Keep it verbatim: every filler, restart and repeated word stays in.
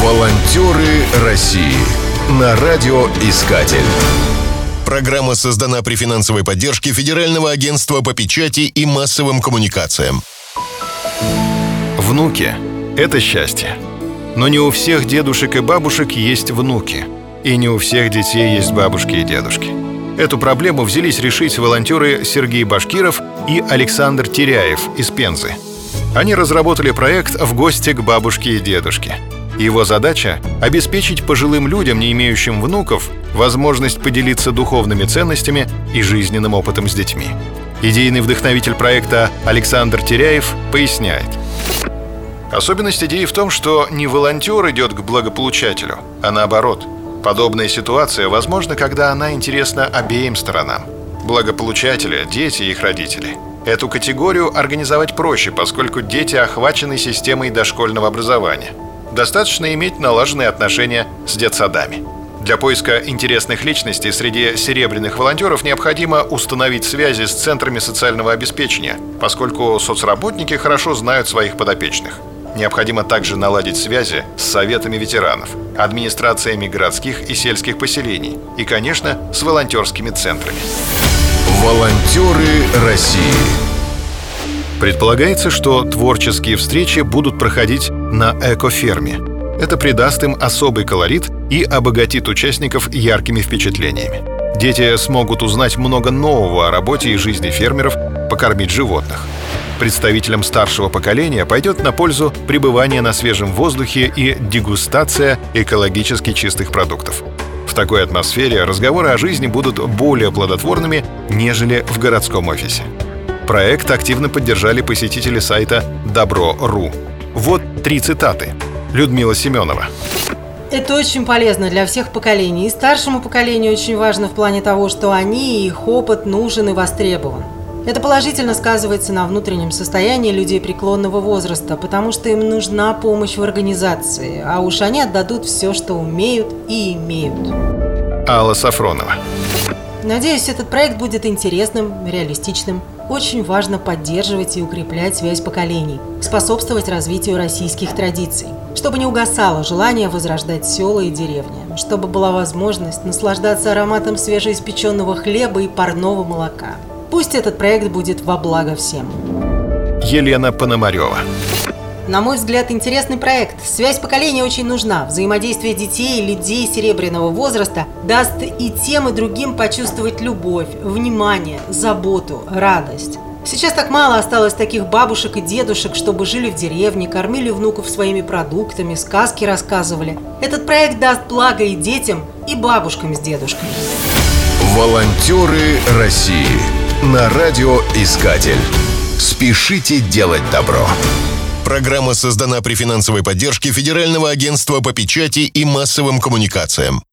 Волонтеры России на радиоискатель. Программа создана при финансовой поддержке Федерального агентства по печати и массовым коммуникациям. Внуки – это счастье. Но не у всех дедушек и бабушек есть внуки. И не у всех детей есть бабушки и дедушки. Эту проблему взялись решить волонтеры Сергей Башкиров и Александр Теряев из Пензы. Они разработали проект «В гости к бабушке и дедушке». Его задача – обеспечить пожилым людям, не имеющим внуков, возможность поделиться духовными ценностями и жизненным опытом с детьми. Идейный вдохновитель проекта Александр Теряев поясняет. Особенность идеи в том, что не волонтер идет к благополучателю, а наоборот. Подобная ситуация возможна, когда она интересна обеим сторонам. Благополучатели, дети и их родители. Эту категорию организовать проще, поскольку дети охвачены системой дошкольного образования. Достаточно иметь налаженные отношения с детсадами. Для поиска интересных личностей среди серебряных волонтеров необходимо установить связи с центрами социального обеспечения, поскольку соцработники хорошо знают своих подопечных. Необходимо также наладить связи с советами ветеранов, администрациями городских и сельских поселений и, конечно, с волонтерскими центрами. Волонтеры России. Предполагается, что творческие встречи будут проходить на экоферме. Это придаст им особый колорит и обогатит участников яркими впечатлениями. Дети смогут узнать много нового о работе и жизни фермеров, покормить животных. Представителям старшего поколения пойдет на пользу пребывание на свежем воздухе и дегустация экологически чистых продуктов. В такой атмосфере разговоры о жизни будут более плодотворными, нежели в городском офисе. Проект активно поддержали посетители сайта добро точка ру. Вот три цитаты. Людмила Семенова. Это очень полезно для всех поколений. И старшему поколению очень важно в плане того, что они и их опыт нужен и востребован. Это положительно сказывается на внутреннем состоянии людей преклонного возраста, потому что им нужна помощь в организации, а уж они отдадут все, что умеют и имеют. Алла Сафронова. Надеюсь, этот проект будет интересным, реалистичным. Очень важно поддерживать и укреплять связь поколений, способствовать развитию российских традиций, чтобы не угасало желание возрождать села и деревни, чтобы была возможность наслаждаться ароматом свежеиспеченного хлеба и парного молока. Пусть этот проект будет во благо всем. Елена Пономарева. На мой взгляд, интересный проект. Связь поколений очень нужна. Взаимодействие детей и людей серебряного возраста даст и тем, и другим почувствовать любовь, внимание, заботу, радость. Сейчас так мало осталось таких бабушек и дедушек, чтобы жили в деревне, кормили внуков своими продуктами, сказки рассказывали. Этот проект даст благо и детям, и бабушкам с дедушками. Волонтеры России на радиоискатель. Спешите делать добро. Программа создана при финансовой поддержке Федерального агентства по печати и массовым коммуникациям.